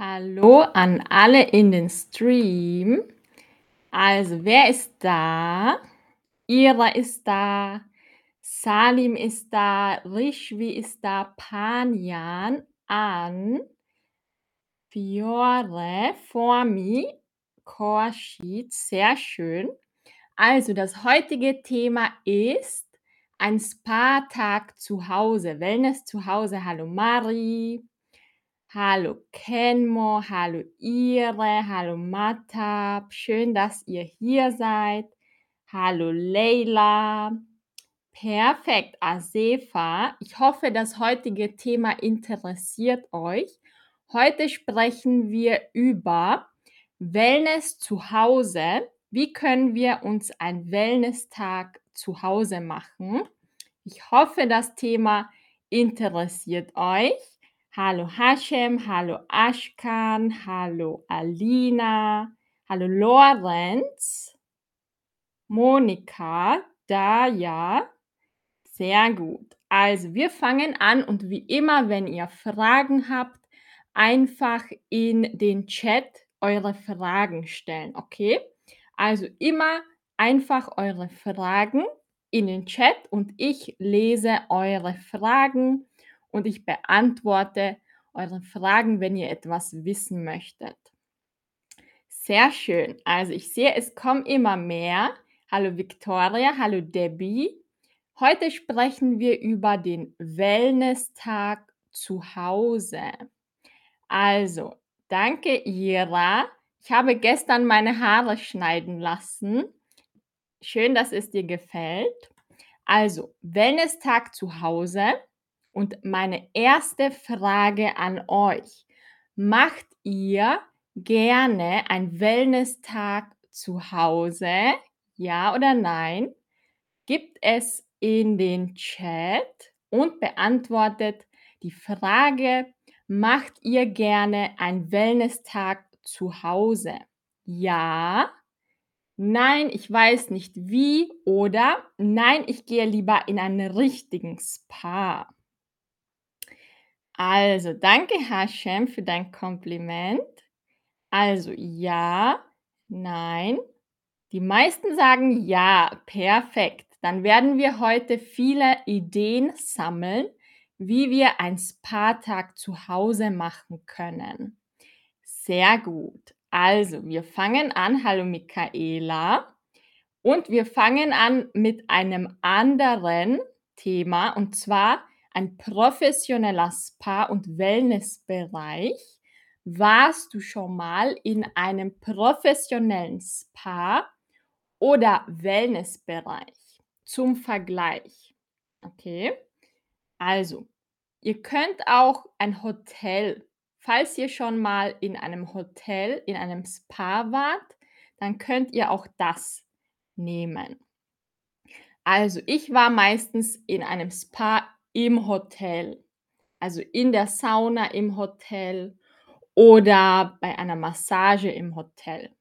Hallo an alle in den Stream. Also, wer ist da? Ira ist da, Salim ist da, Rishvi ist da, Panjan, An, Fiore, Formi, Korschid, sehr schön. Also, das heutige Thema ist ein Spa-Tag zu Hause, Wellness zu Hause. Hallo Mari. Hallo Kenmo, hallo Ire, hallo Matab, schön, dass ihr hier seid. Hallo Leila. Perfekt, Asefa. Ich hoffe, das heutige Thema interessiert euch. Heute sprechen wir über Wellness zu Hause. Wie können wir uns einen Wellness-Tag zu Hause machen? Ich hoffe, das Thema interessiert euch. Hallo Hashem, hallo Ashkan, hallo Alina, hallo Lorenz, Monika, Daya. Sehr gut. Also wir fangen an und wie immer, wenn ihr Fragen habt, einfach in den Chat eure Fragen stellen, okay? Also immer einfach eure Fragen in den Chat und ich lese eure Fragen und ich beantworte eure Fragen, wenn ihr etwas wissen möchtet. Sehr schön. Also ich sehe, es kommen immer mehr. Hallo Victoria, hallo Debbie. Heute sprechen wir über den Wellness-Tag zu Hause. Also, danke Ira. Ich habe gestern meine Haare schneiden lassen. Schön, dass es dir gefällt. Also, Wellness-Tag zu Hause. Und meine erste Frage an euch. Macht ihr gerne einen Wellness-Tag zu Hause? Ja oder nein? Gibt es in den Chat und beantwortet die Frage, macht ihr gerne einen Wellness-Tag zu Hause? Ja, nein, ich weiß nicht wie oder nein, ich gehe lieber in einen richtigen Spa. Also, danke Hashem für dein Kompliment. Also, ja, nein. Die meisten sagen ja, perfekt. Dann werden wir heute viele Ideen sammeln, wie wir einen Spa-Tag zu Hause machen können. Sehr gut. Also, wir fangen an. Hallo Michaela. Und wir fangen an mit einem anderen Thema, und zwar ein professioneller Spa- und Wellnessbereich. Warst du schon mal in einem professionellen Spa oder Wellnessbereich? Zum Vergleich. Okay? Also, ihr könnt auch ein Hotel, falls ihr schon mal in einem Hotel, in einem Spa wart, dann könnt ihr auch das nehmen. Also, ich war meistens in einem Spa im Hotel, also in der Sauna im Hotel oder bei einer Massage im Hotel.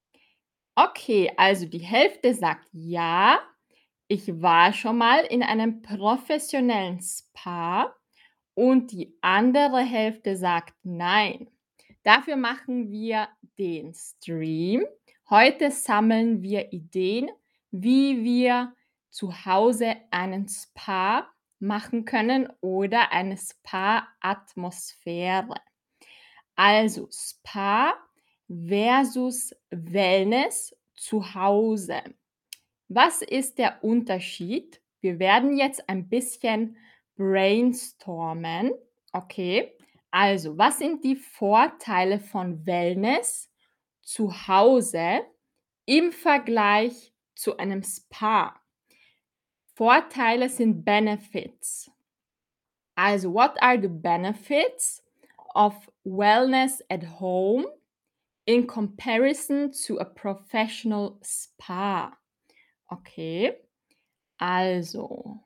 Okay, also die Hälfte sagt ja, ich war schon mal in einem professionellen Spa und die andere Hälfte sagt nein. Dafür machen wir den Stream. Heute sammeln wir Ideen, wie wir zu Hause einen Spa machen können oder eine Spa-Atmosphäre. Also Spa versus Wellness zu Hause. Was ist der Unterschied? Wir werden jetzt ein bisschen brainstormen. Okay, also was sind die Vorteile von Wellness zu Hause im Vergleich zu einem Spa? Vorteile sind Benefits. Also, what are the benefits of wellness at home in comparison to a professional spa? Okay, also,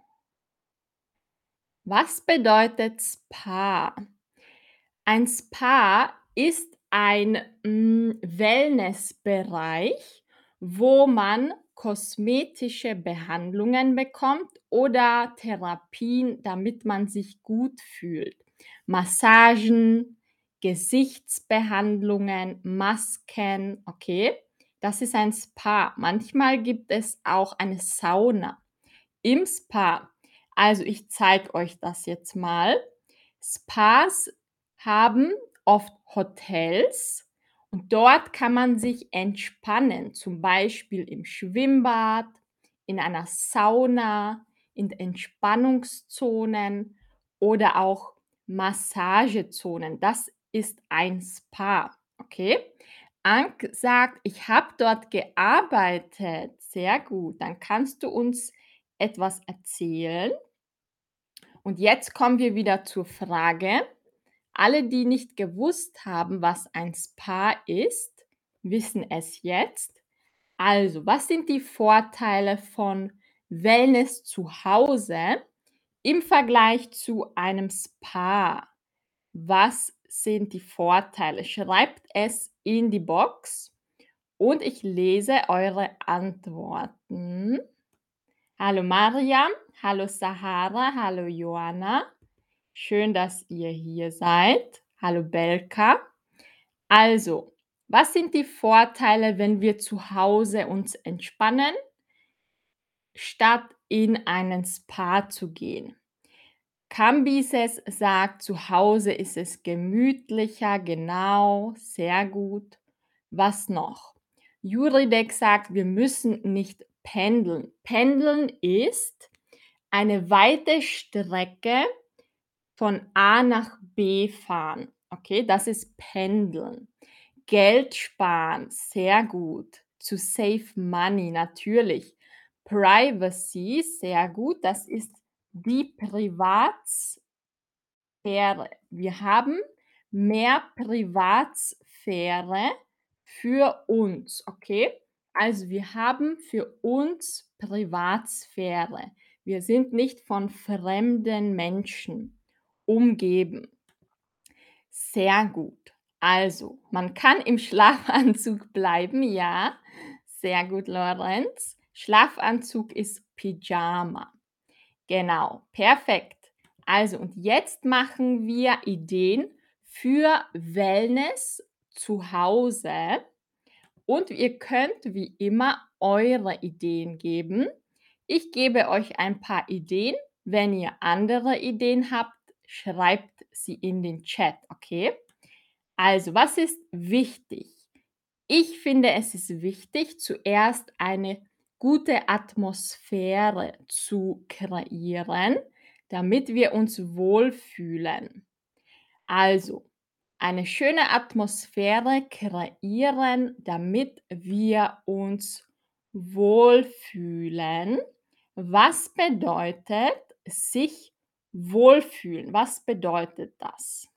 was bedeutet Spa? Ein Spa ist ein Wellnessbereich, wo man kosmetische Behandlungen bekommt oder Therapien, damit man sich gut fühlt. Massagen, Gesichtsbehandlungen, Masken, okay? Das ist ein Spa. Manchmal gibt es auch eine Sauna im Spa. Also, ich zeige euch das jetzt mal. Spas haben oft Hotels und dort kann man sich entspannen, zum Beispiel im Schwimmbad, in einer Sauna, in Entspannungszonen oder auch Massagezonen. Das ist ein Spa, okay? Ank sagt: „Ich habe dort gearbeitet.“ Sehr gut. Dann kannst du uns etwas erzählen. Und jetzt kommen wir wieder zur Frage. Alle, die nicht gewusst haben, was ein Spa ist, wissen es jetzt. Also, was sind die Vorteile von Wellness zu Hause im Vergleich zu einem Spa? Was sind die Vorteile? Schreibt es in die Box und ich lese eure Antworten. Hallo Mariam, hallo Sahara, hallo Joanna. Schön, dass ihr hier seid. Hallo Belka. Also, was sind die Vorteile, wenn wir zu Hause uns entspannen, statt in einen Spa zu gehen? Kambises sagt, zu Hause ist es gemütlicher, genau, sehr gut. Was noch? Juridek sagt, wir müssen nicht pendeln. Pendeln ist eine weite Strecke von A nach B fahren. Okay, das ist Pendeln. Geld sparen, sehr gut. To save money, natürlich. Privacy, sehr gut. Das ist die Privatsphäre. Wir haben mehr Privatsphäre für uns, okay? Also wir haben für uns Privatsphäre. Wir sind nicht von fremden Menschen umgeben. Sehr gut. Also, man kann im Schlafanzug bleiben, ja. Sehr gut, Lorenz. Schlafanzug ist Pyjama. Genau, perfekt. Also, und jetzt machen wir Ideen für Wellness zu Hause. Und ihr könnt wie immer eure Ideen geben. Ich gebe euch ein paar Ideen. Wenn ihr andere Ideen habt, schreibt sie in den Chat, okay? Also, was ist wichtig? Ich finde, es ist wichtig, zuerst eine gute Atmosphäre zu kreieren, damit wir uns wohlfühlen. Also, eine schöne Atmosphäre kreieren, damit wir uns wohlfühlen. Was bedeutet sich wohlfühlen? Was bedeutet das?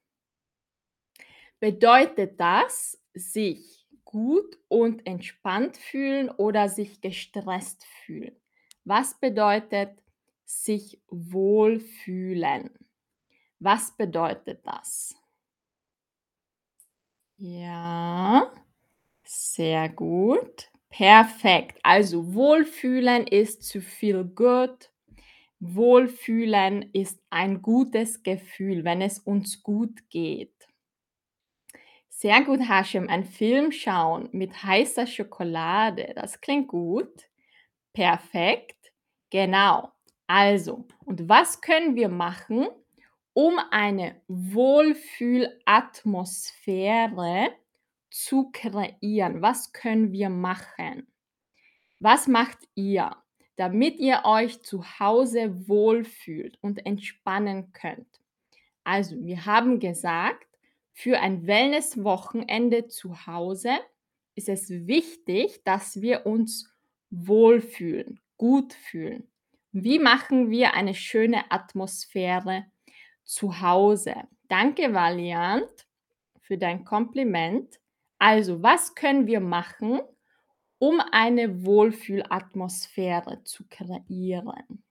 Bedeutet das, sich gut und entspannt fühlen oder sich gestresst fühlen? Was bedeutet sich wohlfühlen? Was bedeutet das? Ja, sehr gut. Perfekt. Also wohlfühlen ist to feel good. Wohlfühlen ist ein gutes Gefühl, wenn es uns gut geht. Sehr gut, Hashim. Einen Film schauen mit heißer Schokolade. Das klingt gut. Perfekt. Genau. Also, und was können wir machen, um eine Wohlfühlatmosphäre zu kreieren? Was können wir machen? Was macht ihr, damit ihr euch zu Hause wohlfühlt und entspannen könnt? Also, wir haben gesagt, für ein Wellness-Wochenende zu Hause ist es wichtig, dass wir uns wohlfühlen, gut fühlen. Wie machen wir eine schöne Atmosphäre zu Hause? Danke, Valiant, für dein Kompliment. Also, was können wir machen, um eine Wohlfühlatmosphäre zu kreieren?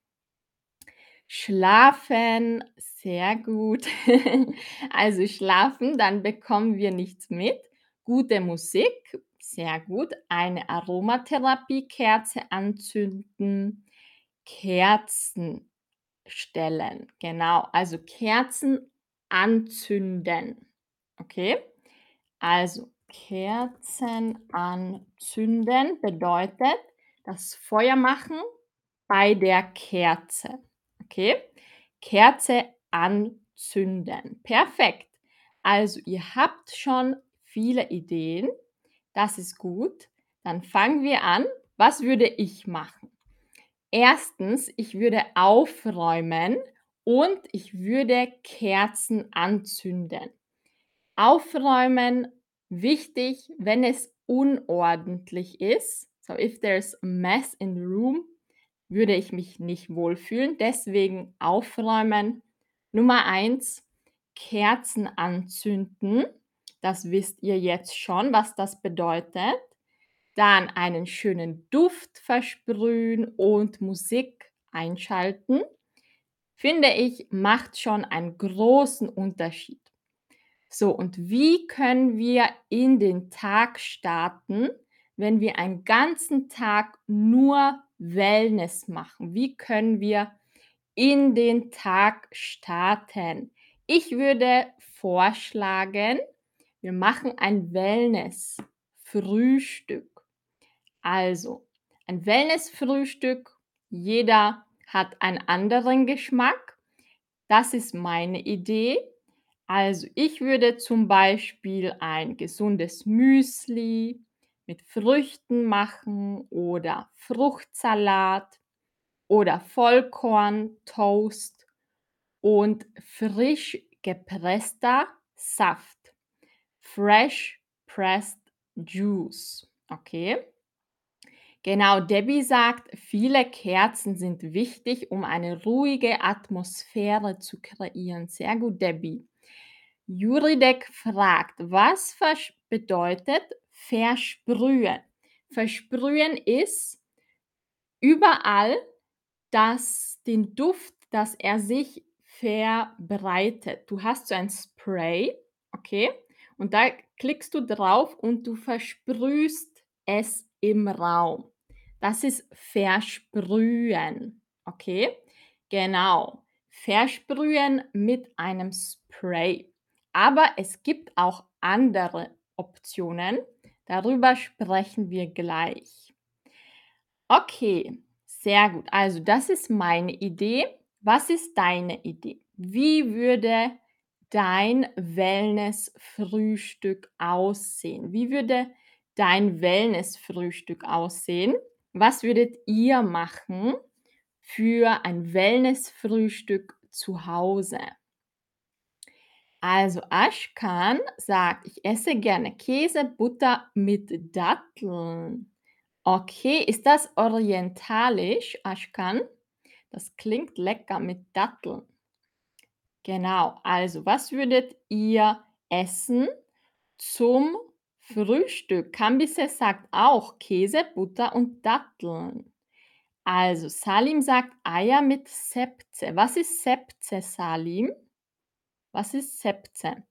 Schlafen, sehr gut. Also schlafen, dann bekommen wir nichts mit. Gute Musik, sehr gut. Eine Aromatherapie-Kerze anzünden, Kerzen stellen, genau. Also Kerzen anzünden, Okay? Also, Kerzen anzünden bedeutet das Feuer machen bei der Kerze. Okay? Kerze anzünden. Perfekt. Also, ihr habt schon viele Ideen. Das ist gut. Dann fangen wir an. Was würde ich machen? Erstens, ich würde aufräumen und ich würde Kerzen anzünden. Aufräumen, wichtig, wenn es unordentlich ist. So if there's a mess in the room, würde ich mich nicht wohlfühlen. Deswegen aufräumen. Nummer eins: Kerzen anzünden. Das wisst ihr jetzt schon, was das bedeutet. Dann einen schönen Duft versprühen und Musik einschalten. Finde ich, macht schon einen großen Unterschied. So, und wie können wir in den Tag starten, wenn wir einen ganzen Tag nur Wellness machen? Wie können wir in den Tag starten? Ich würde vorschlagen, wir machen ein Wellness-Frühstück. Also, ein Wellness-Frühstück, jeder hat einen anderen Geschmack. Das ist meine Idee. Also, ich würde zum Beispiel ein gesundes Müsli mit Früchten machen oder Fruchtsalat oder Vollkorntoast und frisch gepresster Saft. Fresh pressed juice. Okay? Genau, Debbie sagt, viele Kerzen sind wichtig, um eine ruhige Atmosphäre zu kreieren. Sehr gut, Debbie. Juridek fragt, was bedeutet versprühen? Versprühen ist überall, dass den Duft, dass er sich verbreitet. Du hast so ein Spray, okay? Und da klickst du drauf und du versprühst es im Raum. Das ist versprühen, okay? Genau. Versprühen mit einem Spray. Aber es gibt auch andere Optionen. Darüber sprechen wir gleich. Okay, sehr gut. Also das ist meine Idee. Was ist deine Idee? Wie würde dein Wellness-Frühstück aussehen? Wie würde dein Wellness-Frühstück aussehen? Was würdet ihr machen für ein Wellness-Frühstück zu Hause? Also Ashkan sagt, ich esse gerne Käse, Butter mit Datteln. Okay, ist das orientalisch, Ashkan? Das klingt lecker mit Datteln. Genau, also was würdet ihr essen zum Frühstück? Kambise sagt auch Käse, Butter und Datteln. Also Salim sagt Eier mit Sepse. Was ist Sepse, Salim? Was ist Sepse?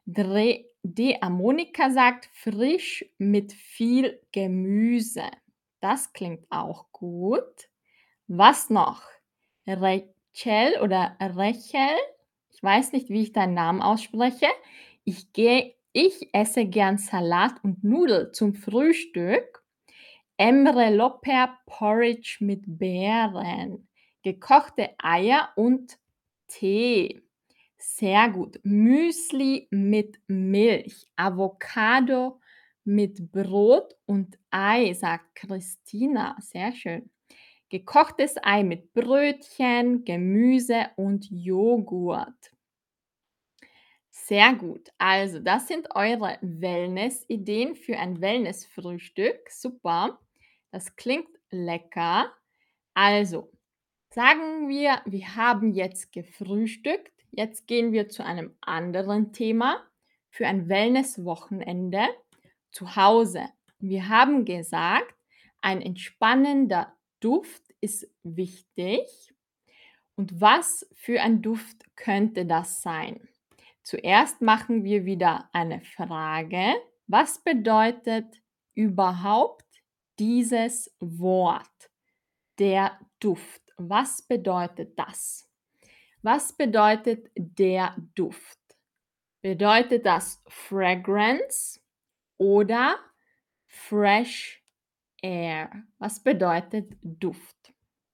Monika sagt frisch mit viel Gemüse. Das klingt auch gut. Was noch? Rachel oder Rachel, ich weiß nicht, wie ich deinen Namen ausspreche. Ich esse gern Salat und Nudeln zum Frühstück. Emre Loper Porridge mit Beeren, gekochte Eier und Tee. Sehr gut. Müsli mit Milch, Avocado mit Brot und Ei, sagt Christina. Sehr schön. Gekochtes Ei mit Brötchen, Gemüse und Joghurt. Sehr gut. Also, das sind eure Wellness-Ideen für ein Wellness-Frühstück. Super. Das klingt lecker. Also, sagen wir, wir haben jetzt gefrühstückt. Jetzt gehen wir zu einem anderen Thema für ein Wellness-Wochenende zu Hause. Wir haben gesagt, ein entspannender Duft ist wichtig. Und was für ein Duft könnte das sein? Zuerst machen wir wieder eine Frage. Was bedeutet überhaupt dieses Wort? Der Duft. Was bedeutet das? Was bedeutet der Duft? Bedeutet das Fragrance oder Fresh Air? Was bedeutet Duft?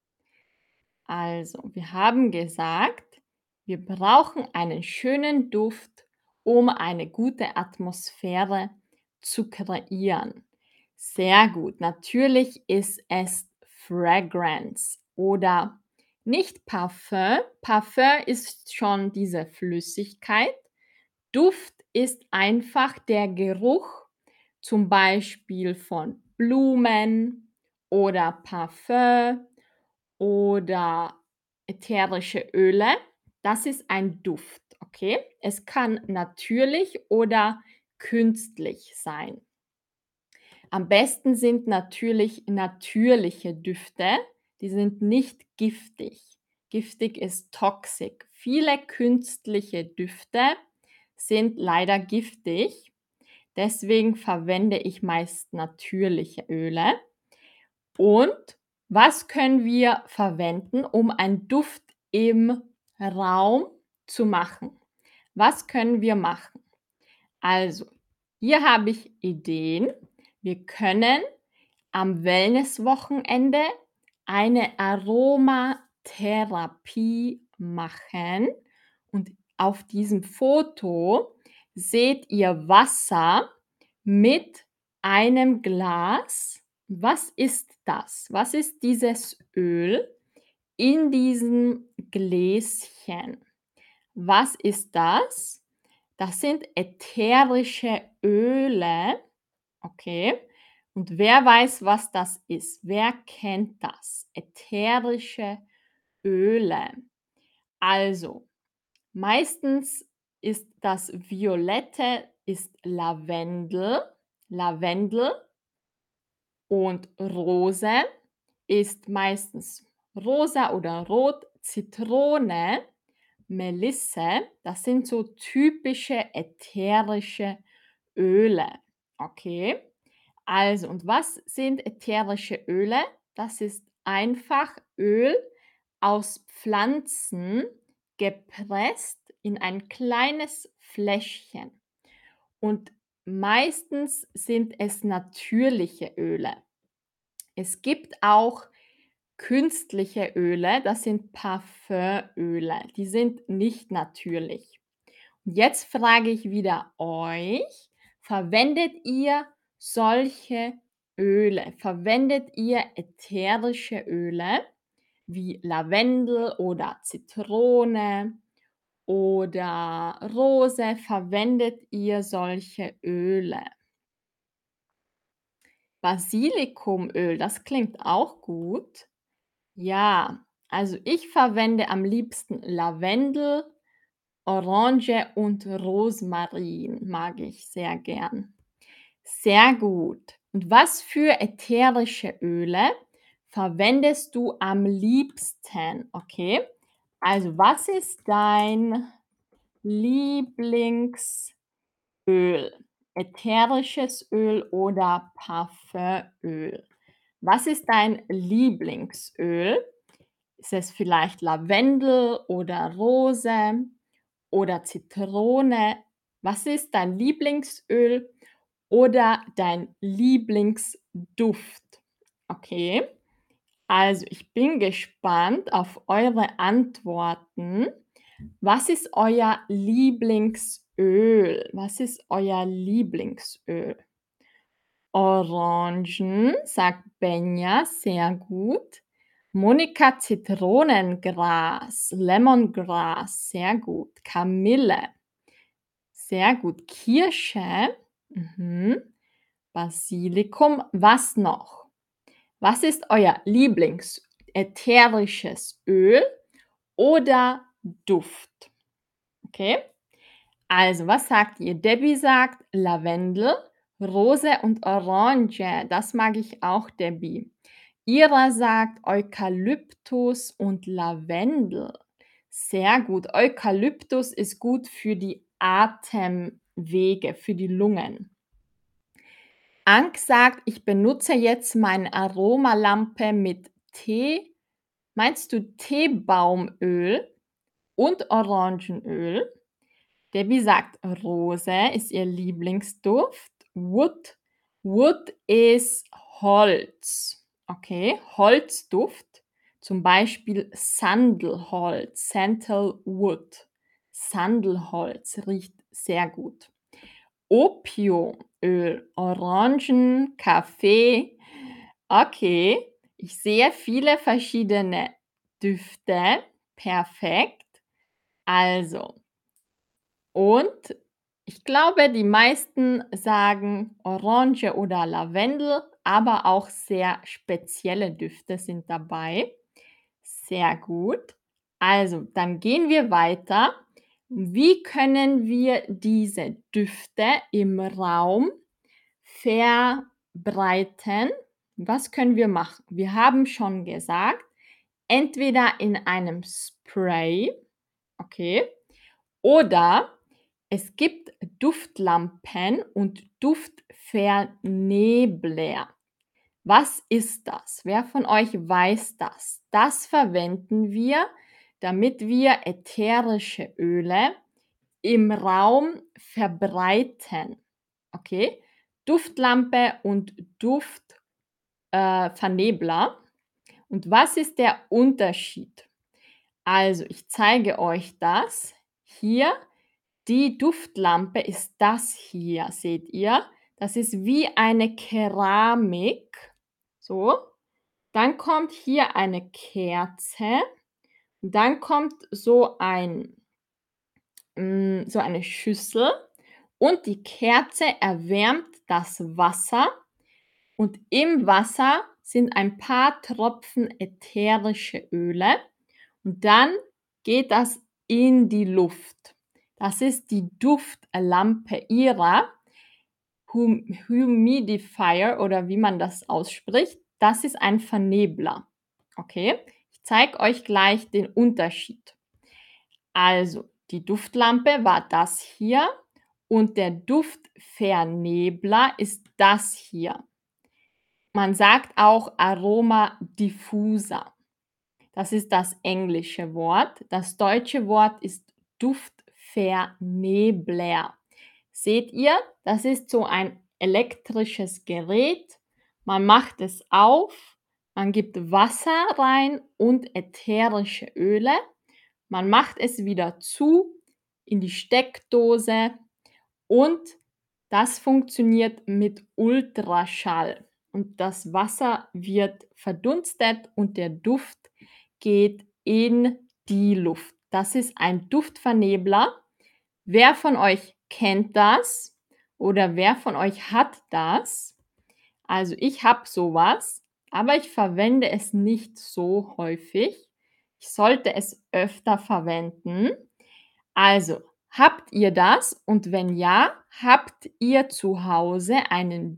Also, wir haben gesagt, wir brauchen einen schönen Duft, um eine gute Atmosphäre zu kreieren. Sehr gut. Natürlich ist es Fragrance oder nicht Parfum. Parfum ist schon diese Flüssigkeit. Duft ist einfach der Geruch, zum Beispiel von Blumen oder Parfum oder ätherische Öle. Das ist ein Duft, okay? Es kann natürlich oder künstlich sein. Am besten sind natürlich natürliche Düfte, die sind nicht giftig. Giftig ist toxic. Viele künstliche Düfte sind leider giftig. Deswegen verwende ich meist natürliche Öle. Und was können wir verwenden, um einen Duft im Raum zu machen? Was können wir machen? Also, hier habe ich Ideen. Wir können am Wellnesswochenende eine Aromatherapie machen und auf diesem Foto seht ihr Wasser mit einem Glas. Was ist das? Was ist dieses Öl in diesem Gläschen? Was ist das? Das sind ätherische Öle, okay? Und wer weiß, was das ist? Wer kennt das? Ätherische Öle. Also, meistens ist das Violette ist Lavendel und Rose ist meistens rosa oder rot, Zitrone, Melisse, das sind so typische ätherische Öle, okay? Also, und was sind ätherische Öle? Das ist einfach Öl aus Pflanzen gepresst in ein kleines Fläschchen. Und meistens sind es natürliche Öle. Es gibt auch künstliche Öle, das sind Parfümöle, die sind nicht natürlich. Und jetzt frage ich wieder euch, verwendet ihr solche Öle? Verwendet ihr ätherische Öle wie Lavendel oder Zitrone oder Rose? Verwendet ihr solche Öle? Basilikumöl, das klingt auch gut. Ja, also ich verwende am liebsten Lavendel, Orange und Rosmarin mag ich sehr gern. Sehr gut. Und was für ätherische Öle verwendest du am liebsten? Okay. Also, was ist dein Lieblingsöl? Ätherisches Öl oder Parfümöl? Was ist dein Lieblingsöl? Ist es vielleicht Lavendel oder Rose oder Zitrone? Was ist dein Lieblingsöl oder dein Lieblingsduft? Okay, also ich bin gespannt auf eure Antworten. Was ist euer Lieblingsöl? Was ist euer Lieblingsöl? Orangen, sagt Benja, sehr gut. Monika Zitronengras, Lemongrass, sehr gut. Kamille, sehr gut. Kirsche, mhm. Basilikum, was noch? Was ist euer Lieblingsätherisches Öl oder Duft? Okay? Also, was sagt ihr? Debbie sagt Lavendel, Rose und Orange. Das mag ich auch, Debbie. Ira sagt Eukalyptus und Lavendel. Sehr gut. Eukalyptus ist gut für die Atemwege, für die Lungen. Ank sagt, ich benutze jetzt meine Aromalampe mit Tee. Meinst du Teebaumöl und Orangenöl? Debbie sagt, Rose ist ihr Lieblingsduft. Wood ist Holz. Okay, Holzduft. Zum Beispiel Sandelholz, Sandalwood. Sandelholz riecht sehr gut. Opiumöl, Orangen, Kaffee. Okay, ich sehe viele verschiedene Düfte. Perfekt. Also, und ich glaube, die meisten sagen Orange oder Lavendel, aber auch sehr spezielle Düfte sind dabei. Sehr gut. Also, dann gehen wir weiter. Wie können wir diese Düfte im Raum verbreiten? Was können wir machen? Wir haben schon gesagt, entweder in einem Spray, okay, oder es gibt Duftlampen und Duftvernebler. Was ist das? Wer von euch weiß das? Das verwenden wir, damit wir ätherische Öle im Raum verbreiten. Okay? Duftlampe und Vernebler. Und was ist der Unterschied? Also, ich zeige euch das. Hier, die Duftlampe ist das hier, seht ihr? Das ist wie eine Keramik. So. Dann kommt hier eine Kerze. Dann kommt so eine Schüssel und die Kerze erwärmt das Wasser und im Wasser sind ein paar Tropfen ätherische Öle und dann geht das in die Luft. Das ist die Duftlampe ihrer Humidifier oder wie man das ausspricht. Das ist ein Vernebler. Okay, ich zeige euch gleich den Unterschied. Also, die Duftlampe war das hier und der Duftvernebler ist das hier. Man sagt auch Aromadiffuser. Das ist das englische Wort. Das deutsche Wort ist Duftvernebler. Seht ihr, das ist so ein elektrisches Gerät. Man macht es auf, man gibt Wasser rein und ätherische Öle. Man macht es wieder zu in die Steckdose und das funktioniert mit Ultraschall. Und das Wasser wird verdunstet und der Duft geht in die Luft. Das ist ein Duftvernebler. Wer von euch kennt das oder wer von euch hat das? Also ich habe sowas, aber ich verwende es nicht so häufig. Ich sollte es öfter verwenden. Also, habt ihr das? Und wenn ja, habt ihr zu Hause einen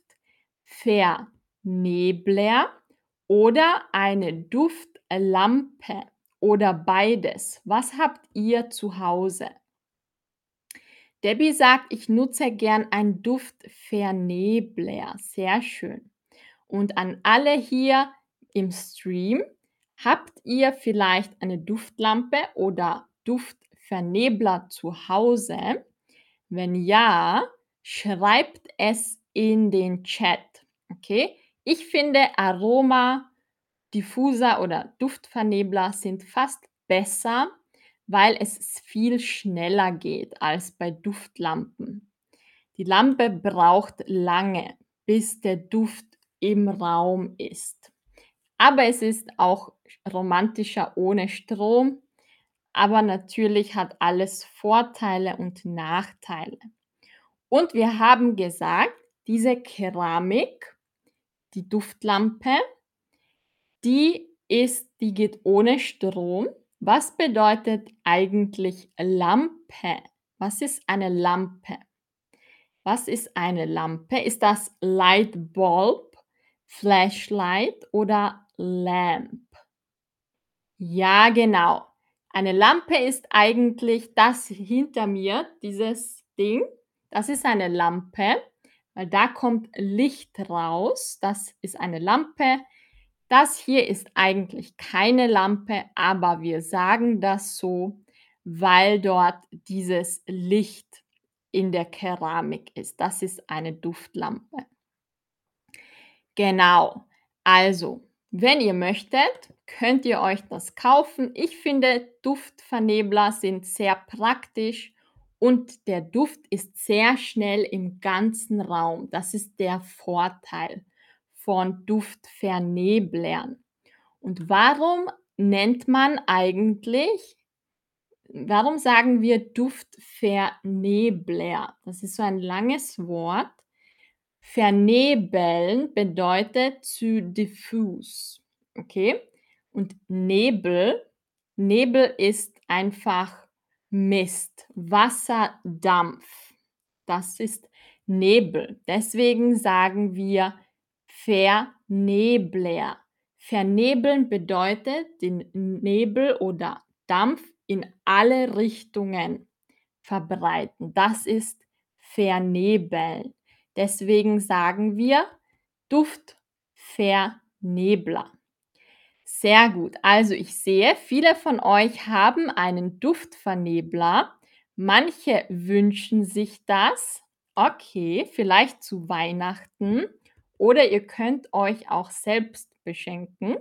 Duftvernebler oder eine Duftlampe oder beides? Was habt ihr zu Hause? Debbie sagt, ich nutze gern einen Duftvernebler. Sehr schön. Und an alle hier im Stream, habt ihr vielleicht eine Duftlampe oder Duftvernebler zu Hause? Wenn ja, schreibt es in den Chat. Okay? Ich finde Diffuser oder Duftvernebler sind fast besser, weil es viel schneller geht als bei Duftlampen. Die Lampe braucht lange, bis der Duft im Raum ist. Aber es ist auch romantischer ohne Strom, aber natürlich hat alles Vorteile und Nachteile. Und wir haben gesagt, diese Keramik, die Duftlampe, die geht ohne Strom. Was bedeutet eigentlich Lampe? Was ist eine Lampe? Was ist eine Lampe? Ist das Light Bulb, Flashlight oder Lamp? Ja, genau. Eine Lampe ist eigentlich das hinter mir, dieses Ding. Das ist eine Lampe, weil da kommt Licht raus. Das ist eine Lampe. Das hier ist eigentlich keine Lampe, aber wir sagen das so, weil dort dieses Licht in der Keramik ist. Das ist eine Duftlampe. Genau. Also, wenn ihr möchtet, könnt ihr euch das kaufen. Ich finde, Duftvernebler sind sehr praktisch und der Duft ist sehr schnell im ganzen Raum. Das ist der Vorteil von Duftverneblern. Und warum sagen wir Duftvernebler? Das ist so ein langes Wort. Vernebeln bedeutet zu diffus, okay? Und Nebel ist einfach Mist, Wasserdampf. Das ist Nebel. Deswegen sagen wir Vernebler. Vernebeln bedeutet den Nebel oder Dampf in alle Richtungen verbreiten. Das ist vernebeln. Deswegen sagen wir Duftvernebler. Sehr gut. Also ich sehe, viele von euch haben einen Duftvernebler. Manche wünschen sich das. Okay, vielleicht zu Weihnachten. Oder ihr könnt euch auch selbst beschenken.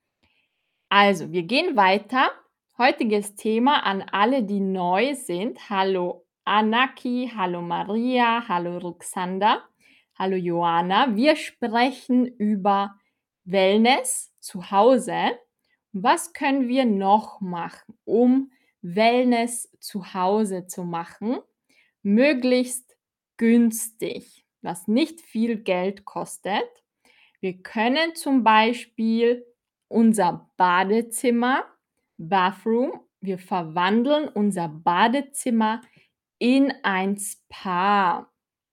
Also, wir gehen weiter. Heutiges Thema an alle, die neu sind. Hallo Anaki, hallo Maria, hallo Ruxanda, hallo Joanna. Wir sprechen über Wellness zu Hause. Was können wir noch machen, um Wellness zu Hause zu machen? Möglichst günstig, was nicht viel Geld kostet. Wir können zum Beispiel unser Badezimmer Bathroom wir verwandeln unser Badezimmer in ein Spa.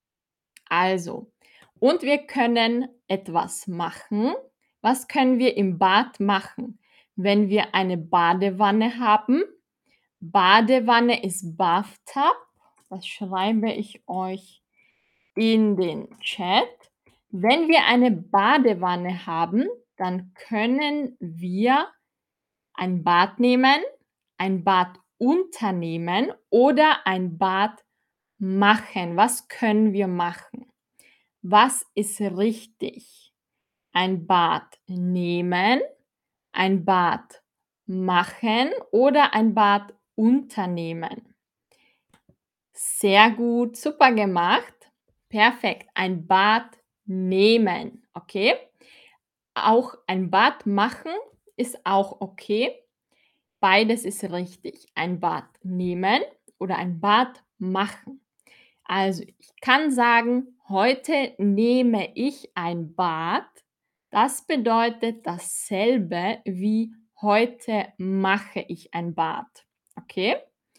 Also, und wir können etwas machen. Was können wir im Bad machen? Wenn wir eine Badewanne haben. Badewanne ist Bathtub. Das schreibe ich euch in den Chat. Wenn wir eine Badewanne haben, dann können wir ein Bad nehmen, ein Bad unternehmen oder ein Bad machen. Was können wir machen? Was ist richtig? Ein Bad nehmen, ein Bad machen oder ein Bad unternehmen? Sehr gut, super gemacht. Perfekt, ein Bad nehmen, okay? Auch ein Bad machen ist auch okay. Beides ist richtig. Ein Bad nehmen oder ein Bad machen. Also, ich kann sagen, heute nehme ich ein Bad. Das bedeutet dasselbe wie heute mache ich ein Bad. Okay?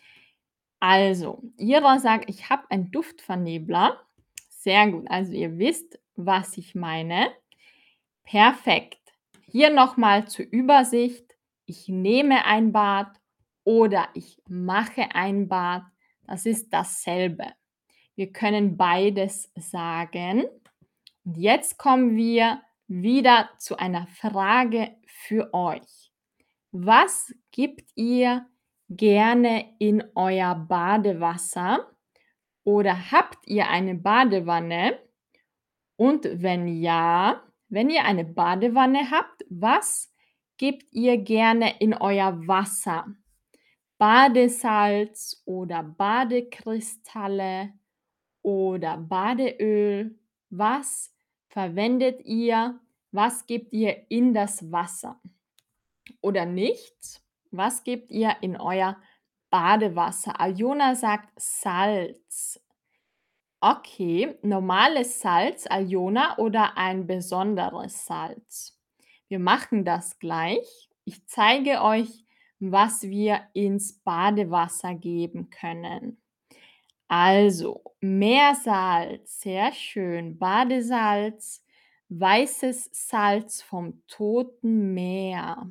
Also, Ira sagt, ich habe einen Duftvernebler. Sehr gut. Also, ihr wisst, was ich meine. Perfekt. Hier nochmal zur Übersicht. Ich nehme ein Bad oder ich mache ein Bad. Das ist dasselbe. Wir können beides sagen. Und jetzt kommen wir wieder zu einer Frage für euch. Was gebt ihr gerne in euer Badewasser oder habt ihr eine Badewanne? Und wenn ja, wenn ihr eine Badewanne habt, was gebt ihr gerne in euer Wasser? Badesalz oder Badekristalle oder Badeöl? Was verwendet ihr? Was gebt ihr in das Wasser? Oder nichts? Was gebt ihr in euer Badewasser? Aljona sagt Salz. Okay, normales Salz, Aljona oder ein besonderes Salz? Wir machen das gleich. Ich zeige euch, was wir ins Badewasser geben können. Also, Meersalz, sehr schön. Badesalz, weißes Salz vom Toten Meer.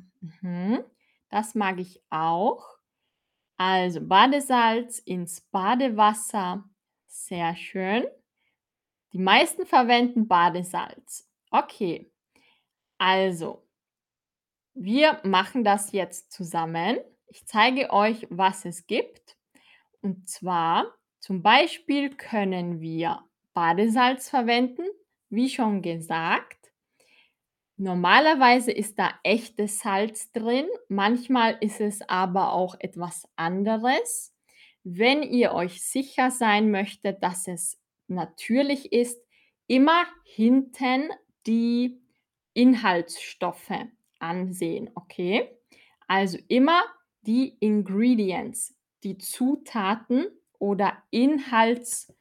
Das mag ich auch. Also, Badesalz ins Badewasser. Sehr schön. Die meisten verwenden Badesalz. Okay, also, wir machen das jetzt zusammen. Ich zeige euch, was es gibt. Und zwar, zum Beispiel können wir Badesalz verwenden, wie schon gesagt. Normalerweise ist da echtes Salz drin, manchmal ist es aber auch etwas anderes. Wenn ihr euch sicher sein möchtet, dass es natürlich ist, immer hinten die Inhaltsstoffe ansehen, okay? Also immer die Ingredients, die Zutaten oder Inhaltsstoffe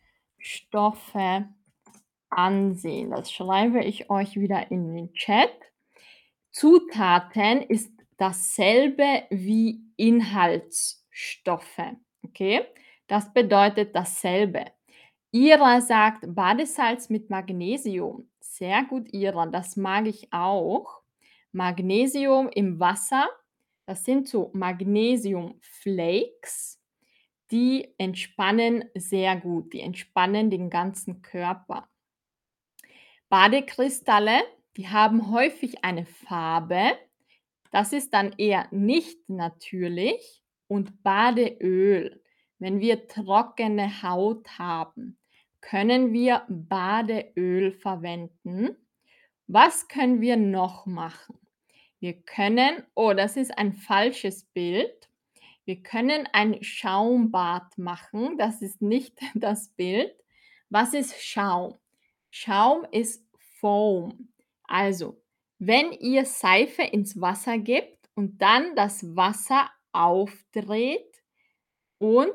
ansehen. Das schreibe ich euch wieder in den Chat. Zutaten ist dasselbe wie Inhaltsstoffe, okay? Das bedeutet dasselbe. Ira sagt Badesalz mit Magnesium. Sehr gut, Ira, das mag ich auch. Magnesium im Wasser, das sind so Magnesiumflakes, die entspannen sehr gut, die entspannen den ganzen Körper. Badekristalle, die haben häufig eine Farbe, das ist dann eher nicht natürlich. Und Badeöl, wenn wir trockene Haut haben, können wir Badeöl verwenden. Was können wir noch machen? Wir können, oh, das ist ein falsches Bild. Wir können ein Schaumbad machen. Das ist nicht das Bild. Was ist Schaum? Schaum ist Foam. Also, wenn ihr Seife ins Wasser gebt und dann das Wasser aufdreht und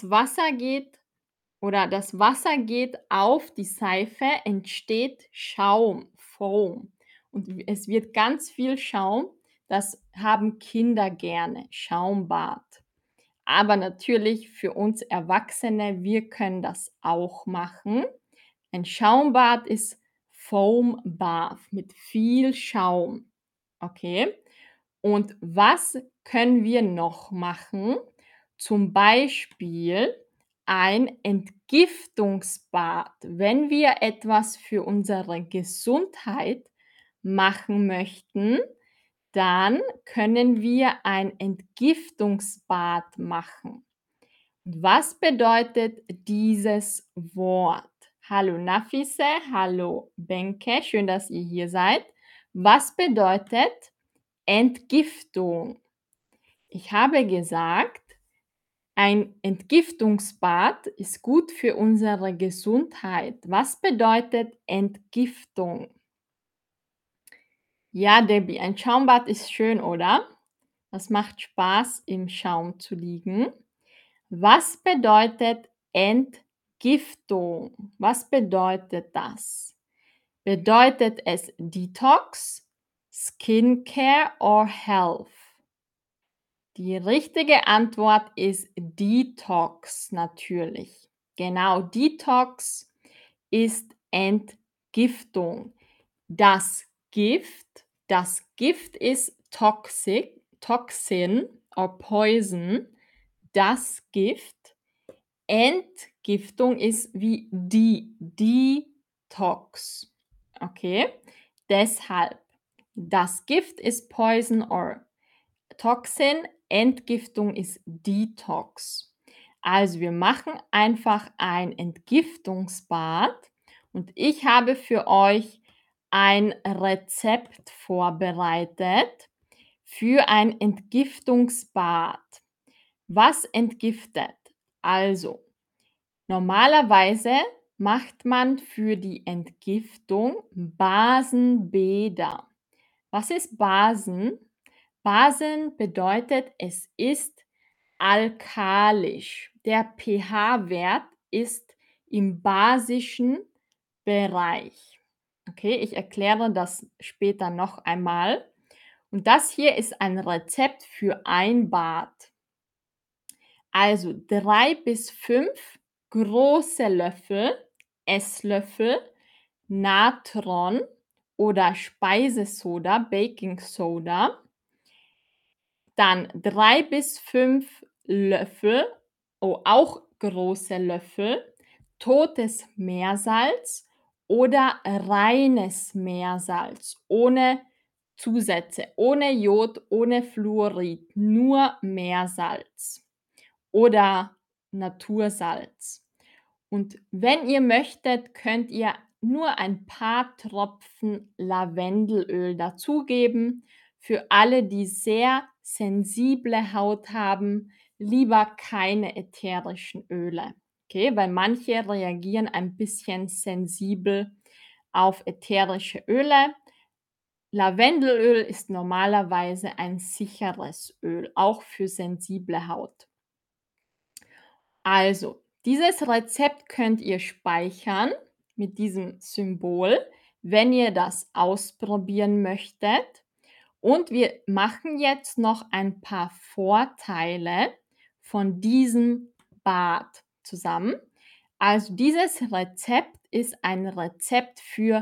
das Wasser geht auf die Seife, entsteht Schaum, Foam. Und es wird ganz viel Schaum. Das haben Kinder gerne, Schaumbad. Aber natürlich für uns Erwachsene, wir können das auch machen. Ein Schaumbad ist Foam Bath mit viel Schaum. Okay? Und was können wir noch machen? Zum Beispiel ein Entgiftungsbad. Wenn wir etwas für unsere Gesundheit machen möchten, dann können wir ein Entgiftungsbad machen. Was bedeutet dieses Wort? Hallo Nafise, hallo Benke, schön, dass ihr hier seid. Was bedeutet Entgiftung? Ich habe gesagt, ein Entgiftungsbad ist gut für unsere Gesundheit. Was bedeutet Entgiftung? Ja, Debbie, ein Schaumbad ist schön, oder? Das macht Spaß, im Schaum zu liegen. Was bedeutet Entgiftung? Was bedeutet das? Bedeutet es Detox, Skincare or Health? Die richtige Antwort ist Detox natürlich. Genau, Detox ist Entgiftung. Das Gift ist Toxin or Poison. Das Gift. Entgiftung ist wie die Detox. Okay? Deshalb, das Gift ist Poison or Toxin, Entgiftung ist Detox. Also wir machen einfach ein Entgiftungsbad und ich habe für euch ein Rezept vorbereitet für ein Entgiftungsbad. Was entgiftet? Also, normalerweise macht man für die Entgiftung Basenbäder. Was ist Basen? Basen bedeutet, es ist alkalisch. Der pH-Wert ist im basischen Bereich. Okay, ich erkläre das später noch einmal. Und das hier ist ein Rezept für ein Bad. Also 3 bis 5 große Löffel, Esslöffel Natron oder Speisesoda, Baking Soda. Dann 3 bis 5 Löffel, oh, auch große Löffel, totes Meersalz oder reines Meersalz ohne Zusätze ohne Jod, ohne Fluorid, nur Meersalz oder Natursalz. Und wenn ihr möchtet, könnt ihr nur ein paar Tropfen Lavendelöl dazugeben. Für alle, die sehr sensible Haut haben, lieber keine ätherischen Öle. Okay, weil manche reagieren ein bisschen sensibel auf ätherische Öle. Lavendelöl ist normalerweise ein sicheres Öl, auch für sensible Haut. Also, dieses Rezept könnt ihr speichern mit diesem Symbol, wenn ihr das ausprobieren möchtet. Und wir machen jetzt noch ein paar Vorteile von diesem Bad zusammen. Also dieses Rezept ist ein Rezept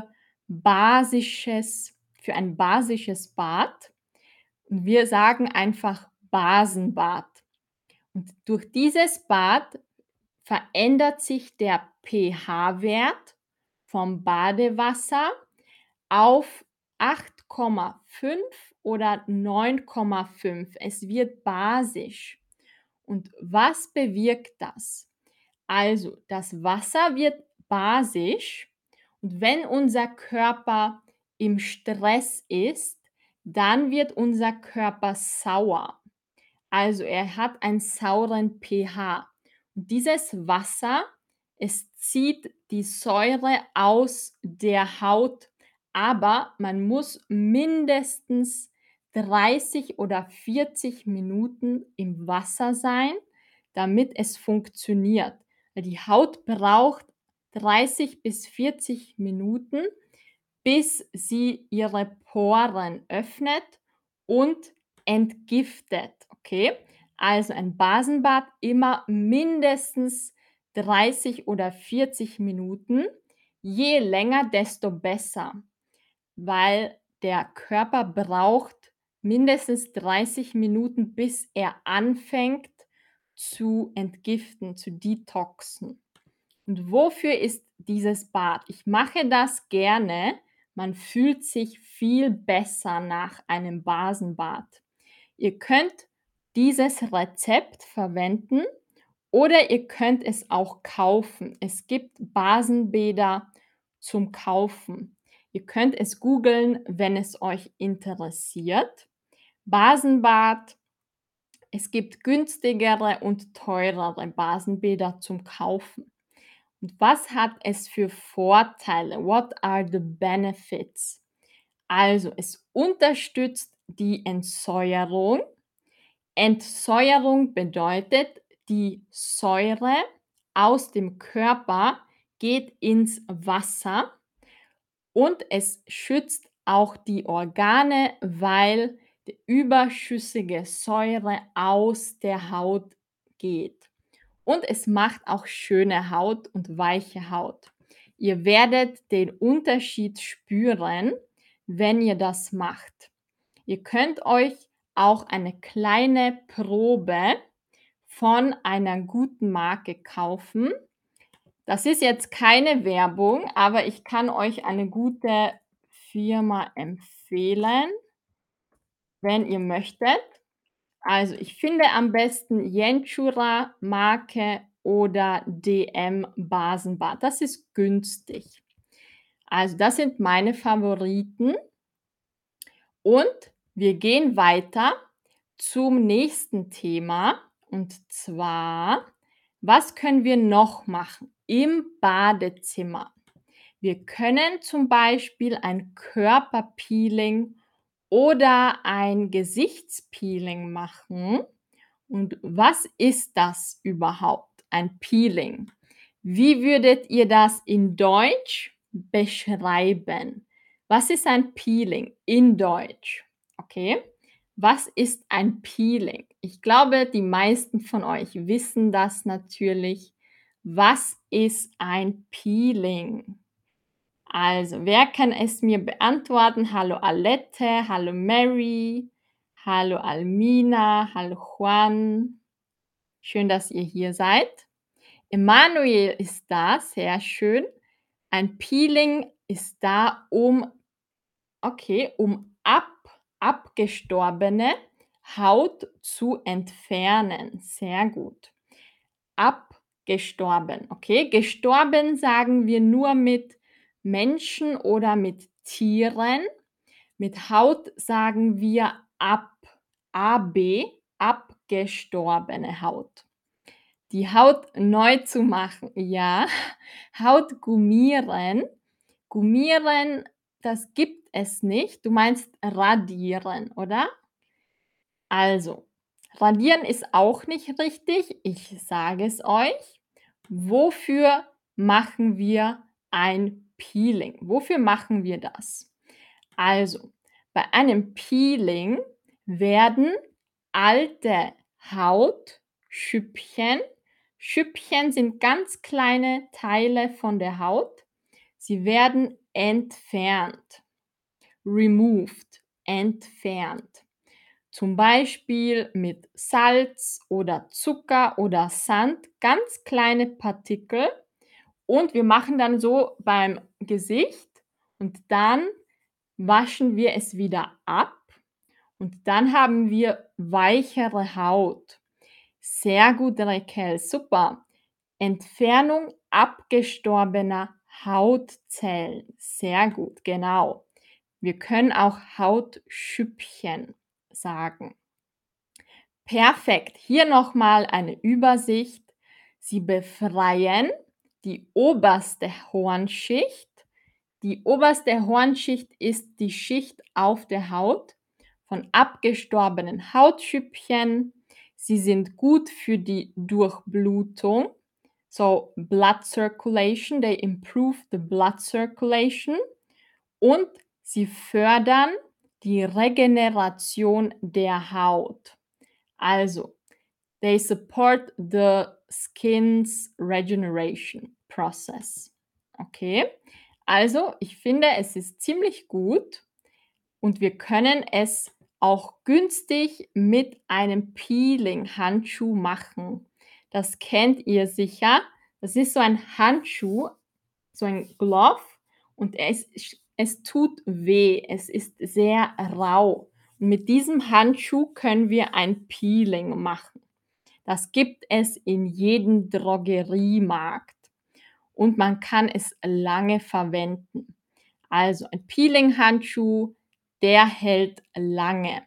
für ein basisches Bad. Und wir sagen einfach Basenbad. Und durch dieses Bad verändert sich der pH-Wert vom Badewasser auf 8,5 oder 9,5. Es wird basisch. Und was bewirkt das? Also, das Wasser wird basisch und wenn unser Körper im Stress ist, dann wird unser Körper sauer. Also, er hat einen sauren pH. Und dieses Wasser, es zieht die Säure aus der Haut, aber man muss mindestens 30 oder 40 Minuten im Wasser sein, damit es funktioniert. Weil die Haut braucht 30 bis 40 Minuten, bis sie ihre Poren öffnet und entgiftet, okay? Also ein Basenbad immer mindestens 30 oder 40 Minuten. Je länger, desto besser, weil der Körper braucht mindestens 30 Minuten, bis er anfängt zu entgiften, zu detoxen. Und wofür ist dieses Bad? Ich mache das gerne. Man fühlt sich viel besser nach einem Basenbad. Ihr könnt dieses Rezept verwenden oder ihr könnt es auch kaufen. Es gibt Basenbäder zum Kaufen. Ihr könnt es googeln, wenn es euch interessiert. Basenbad. Es gibt günstigere und teurere Basenbäder zum Kaufen. Und was hat es für Vorteile? What are the benefits? Also, es unterstützt die Entsäuerung. Entsäuerung bedeutet, die Säure aus dem Körper geht ins Wasser und es schützt auch die Organe, weil die überschüssige Säure aus der Haut geht. Und es macht auch schöne Haut und weiche Haut. Ihr werdet den Unterschied spüren, wenn ihr das macht. Ihr könnt euch auch eine kleine Probe von einer guten Marke kaufen. Das ist jetzt keine Werbung, aber ich kann euch eine gute Firma empfehlen, wenn ihr möchtet. Also, ich finde am besten Jenschura Marke oder DM Basenbad. Das ist günstig. Also, das sind meine Favoriten und wir gehen weiter zum nächsten Thema und zwar, was können wir noch machen im Badezimmer? Wir können zum Beispiel ein Körperpeeling oder ein Gesichtspeeling machen. Und was ist das überhaupt, ein Peeling? Wie würdet ihr das in Deutsch beschreiben? Was ist ein Peeling in Deutsch? Okay. Was ist ein Peeling? Ich glaube, die meisten von euch wissen das natürlich. Was ist ein Peeling? Also, wer kann es mir beantworten? Hallo Alette, hallo Mary, hallo Almina, hallo Juan. Schön, dass ihr hier seid. Emanuel ist da, sehr schön. Ein Peeling ist da, um abgestorbene Haut zu entfernen. Sehr gut. Abgestorben, okay? Gestorben sagen wir nur mit Menschen oder mit Tieren. Mit Haut sagen wir abgestorbene Haut. Die Haut neu zu machen, ja. Haut gummieren. Gummieren, das gibt es nicht. Du meinst radieren, oder? Also, radieren ist auch nicht richtig. Ich sage es euch. Wofür machen wir ein Peeling? Wofür machen wir das? Also, bei einem Peeling werden alte Hautschüppchen Schüppchen sind ganz kleine Teile von der Haut. Sie werden entfernt, removed, entfernt. Zum Beispiel mit Salz oder Zucker oder Sand, ganz kleine Partikel. Und wir machen dann so beim Gesicht und dann waschen wir es wieder ab und dann haben wir weichere Haut. Sehr gut, Raquel, super. Entfernung abgestorbener Hautzellen. Sehr gut, genau. Wir können auch Hautschüppchen sagen. Perfekt. Hier nochmal eine Übersicht. Sie befreien die oberste Hornschicht. Die oberste Hornschicht ist die Schicht auf der Haut von abgestorbenen Hautschüppchen. Sie sind gut für die Durchblutung. So blood circulation, they improve the blood circulation und sie fördern die Regeneration der Haut. Also, they support the skin's regeneration process. Okay? Also, ich finde, es ist ziemlich gut und wir können es auch günstig mit einem Peeling-Handschuh machen. Das kennt ihr sicher. Das ist so ein Handschuh, so ein Glove und es tut weh. Es ist sehr rau. Und mit diesem Handschuh können wir ein Peeling machen. Das gibt es in jedem Drogeriemarkt und man kann es lange verwenden. Also ein Peeling-Handschuh, der hält lange.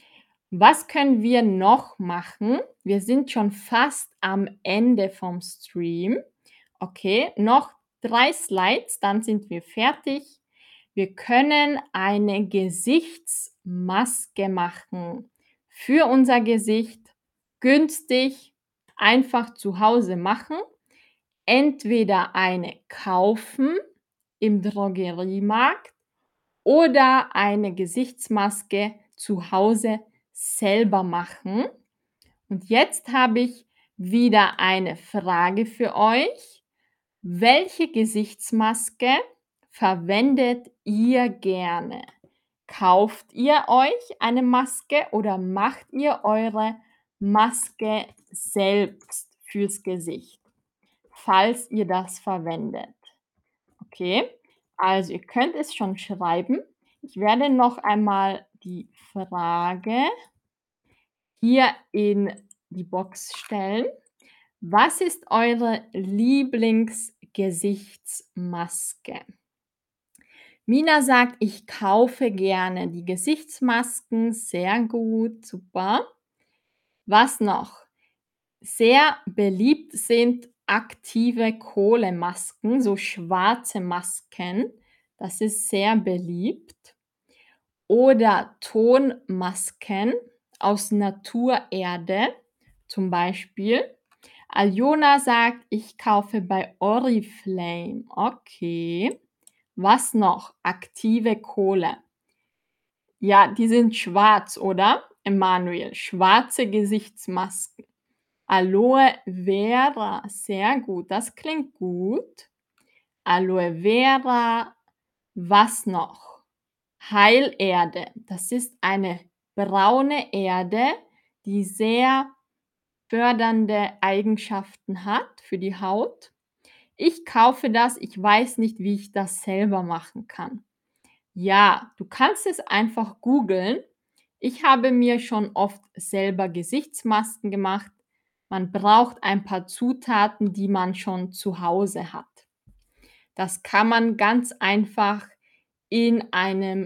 Was können wir noch machen? Wir sind schon fast am Ende vom Stream. Okay, noch 3 Slides, dann sind wir fertig. Wir können eine Gesichtsmaske machen für unser Gesicht. Günstig, einfach zu Hause machen. Entweder eine kaufen im Drogeriemarkt oder eine Gesichtsmaske zu Hause selber machen. Und jetzt habe ich wieder eine Frage für euch. Welche Gesichtsmaske verwendet ihr gerne? Kauft ihr euch eine Maske oder macht ihr eure Maske selbst fürs Gesicht, falls ihr das verwendet? Okay, also ihr könnt es schon schreiben. Ich werde noch einmal die Frage hier in die Box stellen. Was ist eure Lieblingsgesichtsmaske? Mina sagt, ich kaufe gerne die Gesichtsmasken. Sehr gut, super. Was noch? Sehr beliebt sind aktive Kohlemasken, so schwarze Masken. Das ist sehr beliebt. Oder Tonmasken aus Naturerde, zum Beispiel. Aljona sagt, ich kaufe bei Oriflame. Okay. Was noch? Aktive Kohle. Ja, die sind schwarz, oder? Emanuel, schwarze Gesichtsmasken. Aloe Vera, sehr gut, das klingt gut. Aloe Vera, was noch? Heilerde, das ist eine braune Erde, die sehr fördernde Eigenschaften hat für die Haut. Ich kaufe das, ich weiß nicht, wie ich das selber machen kann. Ja, du kannst es einfach googeln. Ich habe mir schon oft selber Gesichtsmasken gemacht. Man braucht ein paar Zutaten, die man schon zu Hause hat. Das kann man ganz einfach in einem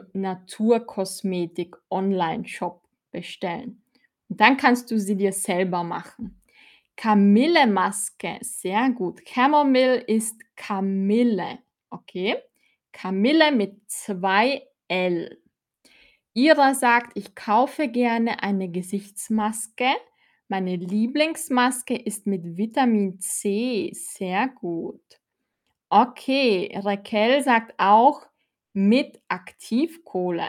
Naturkosmetik-Onlineshop bestellen. Und dann kannst du sie dir selber machen. Kamillemaske, sehr gut. Chamomile ist Kamille, okay? Kamille mit 2 L. Ira sagt: „Ich kaufe gerne eine Gesichtsmaske. Meine Lieblingsmaske ist mit Vitamin C." Sehr gut. Okay, Raquel sagt auch mit Aktivkohle.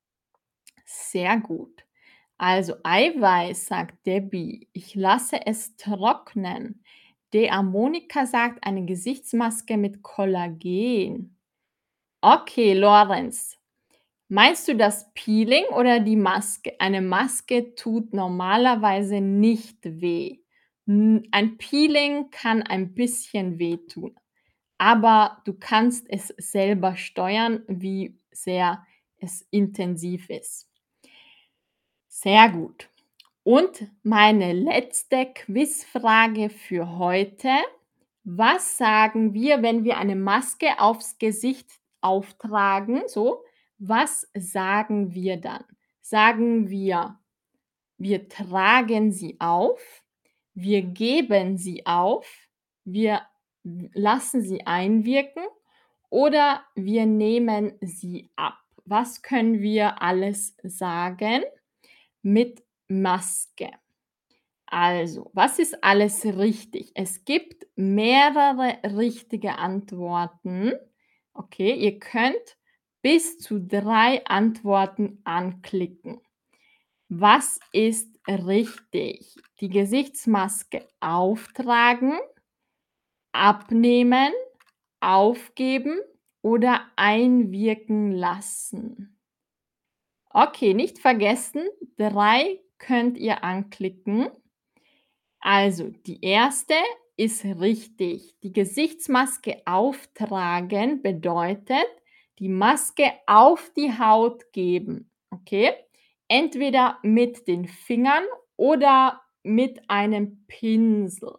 Sehr gut. Also Eiweiß, sagt Debbie. Ich lasse es trocknen. Dea Monika sagt eine Gesichtsmaske mit Kollagen. Okay, Lorenz. Meinst du das Peeling oder die Maske? Eine Maske tut normalerweise nicht weh. Ein Peeling kann ein bisschen wehtun, aber du kannst es selber steuern, wie sehr es intensiv ist. Sehr gut. Und meine letzte Quizfrage für heute. Was sagen wir, wenn wir eine Maske aufs Gesicht auftragen? So, was sagen wir dann? Sagen wir, wir tragen sie auf, wir geben sie auf, wir lassen sie einwirken oder wir nehmen sie ab. Was können wir alles sagen mit Maske? Also, was ist alles richtig? Es gibt mehrere richtige Antworten. Okay, ihr könnt bis zu 3 Antworten anklicken. Was ist richtig? Die Gesichtsmaske auftragen, abnehmen, aufgeben oder einwirken lassen? Okay, nicht vergessen, 3 könnt ihr anklicken. Also, die erste ist richtig. Die Gesichtsmaske auftragen bedeutet, die Maske auf die Haut geben, okay? Entweder mit den Fingern oder mit einem Pinsel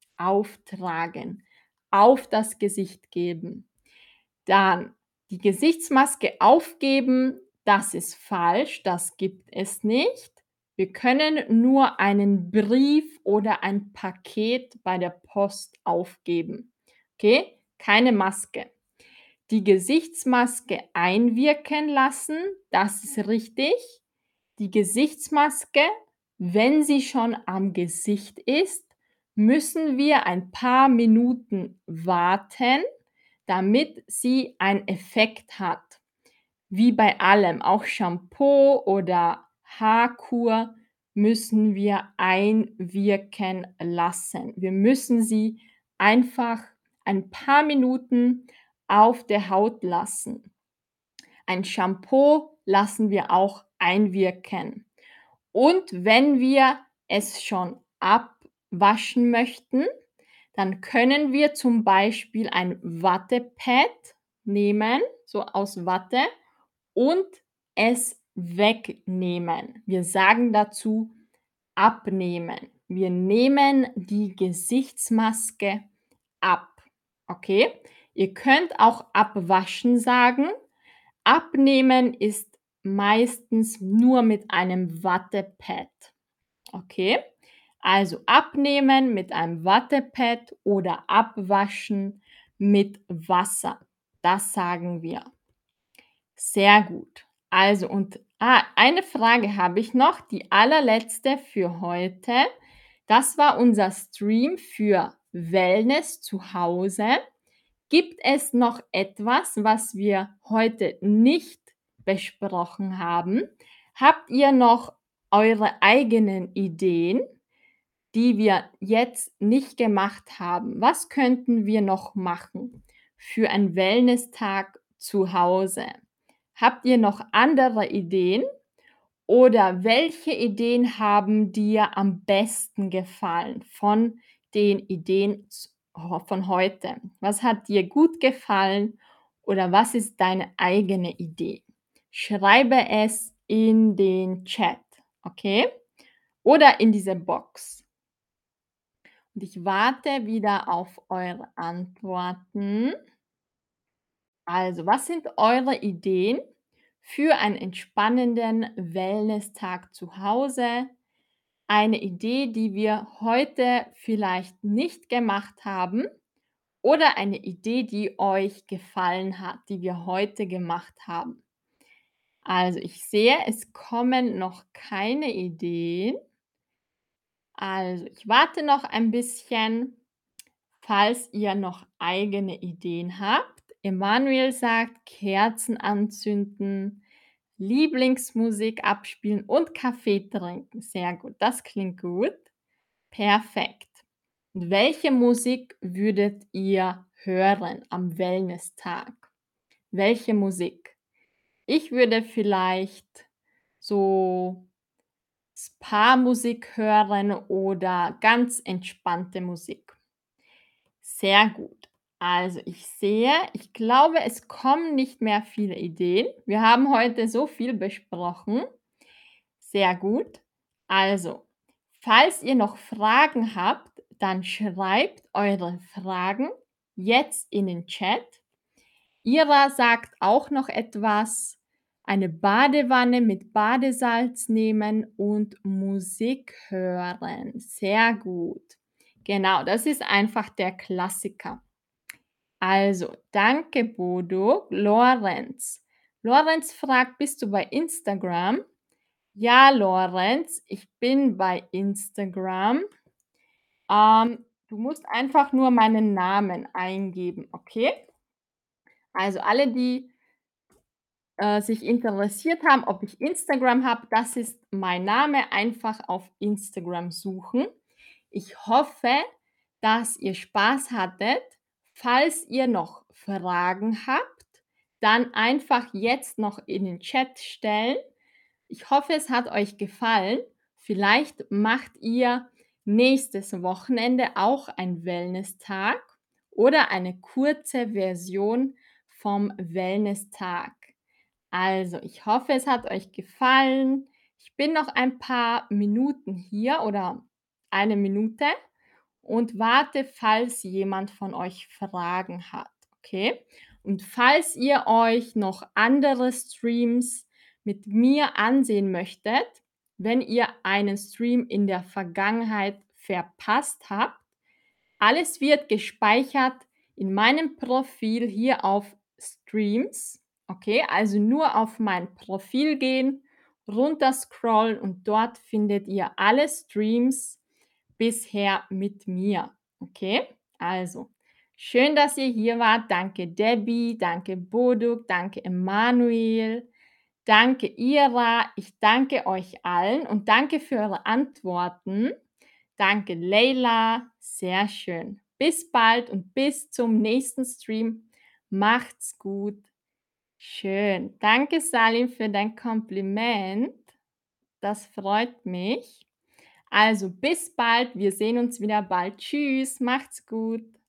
auftragen, auf das Gesicht geben. Dann die Gesichtsmaske aufgeben, das ist falsch, das gibt es nicht. Wir können nur einen Brief oder ein Paket bei der Post aufgeben. Okay? Keine Maske. Die Gesichtsmaske einwirken lassen, das ist richtig. Die Gesichtsmaske, wenn sie schon am Gesicht ist, müssen wir ein paar Minuten warten, damit sie einen Effekt hat. Wie bei allem, auch Shampoo oder Haarkur müssen wir einwirken lassen. Wir müssen sie einfach ein paar Minuten auf der Haut lassen. Ein Shampoo lassen wir auch einwirken. Und wenn wir es schon abwaschen möchten, dann können wir zum Beispiel ein Wattepad nehmen, so aus Watte, und es wegnehmen. Wir sagen dazu abnehmen. Wir nehmen die Gesichtsmaske ab. Okay? Ihr könnt auch abwaschen sagen. Abnehmen ist meistens nur mit einem Wattepad. Okay? Also abnehmen mit einem Wattepad oder abwaschen mit Wasser. Das sagen wir. Sehr gut. Also eine Frage habe ich noch, die allerletzte für heute. Das war unser Stream für Wellness zu Hause. Gibt es noch etwas, was wir heute nicht besprochen haben? Habt ihr noch eure eigenen Ideen, die wir jetzt nicht gemacht haben? Was könnten wir noch machen für einen Wellness-Tag zu Hause? Habt ihr noch andere Ideen oder welche Ideen haben dir am besten gefallen von den Ideen von heute? Was hat dir gut gefallen oder was ist deine eigene Idee? Schreibe es in den Chat, okay? Oder in diese Box. Und ich warte wieder auf eure Antworten. Also, was sind eure Ideen für einen entspannenden Wellness-Tag zu Hause? Eine Idee, die wir heute vielleicht nicht gemacht haben oder eine Idee, die euch gefallen hat, die wir heute gemacht haben. Also, ich sehe, es kommen noch keine Ideen. Also, ich warte noch ein bisschen, falls ihr noch eigene Ideen habt. Emanuel sagt, Kerzen anzünden, Lieblingsmusik abspielen und Kaffee trinken. Sehr gut, das klingt gut. Perfekt. Und welche Musik würdet ihr hören am Wellness-Tag? Welche Musik? Ich würde vielleicht so Spa-Musik hören oder ganz entspannte Musik. Sehr gut. Also, ich sehe, ich glaube, es kommen nicht mehr viele Ideen. Wir haben heute so viel besprochen. Sehr gut. Also, falls ihr noch Fragen habt, dann schreibt eure Fragen jetzt in den Chat. Ira sagt auch noch etwas. Eine Badewanne mit Badesalz nehmen und Musik hören. Sehr gut. Genau, das ist einfach der Klassiker. Also, danke Bodo. Lorenz. Lorenz fragt, bist du bei Instagram? Ja, Lorenz, ich bin bei Instagram. Du musst einfach nur meinen Namen eingeben, okay? Also alle, die sich interessiert haben, ob ich Instagram habe, das ist mein Name. Einfach auf Instagram suchen. Ich hoffe, dass ihr Spaß hattet. Falls ihr noch Fragen habt, dann einfach jetzt noch in den Chat stellen. Ich hoffe, es hat euch gefallen. Vielleicht macht ihr nächstes Wochenende auch einen Wellness-Tag oder eine kurze Version vom Wellness-Tag. Also, ich hoffe, es hat euch gefallen. Ich bin noch ein paar Minuten hier oder eine Minute und warte, falls jemand von euch Fragen hat, okay? Und falls ihr euch noch andere Streams mit mir ansehen möchtet, wenn ihr einen Stream in der Vergangenheit verpasst habt, alles wird gespeichert in meinem Profil hier auf Streams. Okay, also nur auf mein Profil gehen, runter scrollen und dort findet ihr alle Streams bisher mit mir. Okay, also schön, dass ihr hier wart. Danke Debbie, danke Boduk, danke Emanuel, danke Ira. Ich danke euch allen und danke für eure Antworten. Danke, Leila. Sehr schön. Bis bald und bis zum nächsten Stream. Macht's gut. Schön. Danke, Salim, für dein Kompliment. Das freut mich. Also bis bald. Wir sehen uns wieder bald. Tschüss. Macht's gut.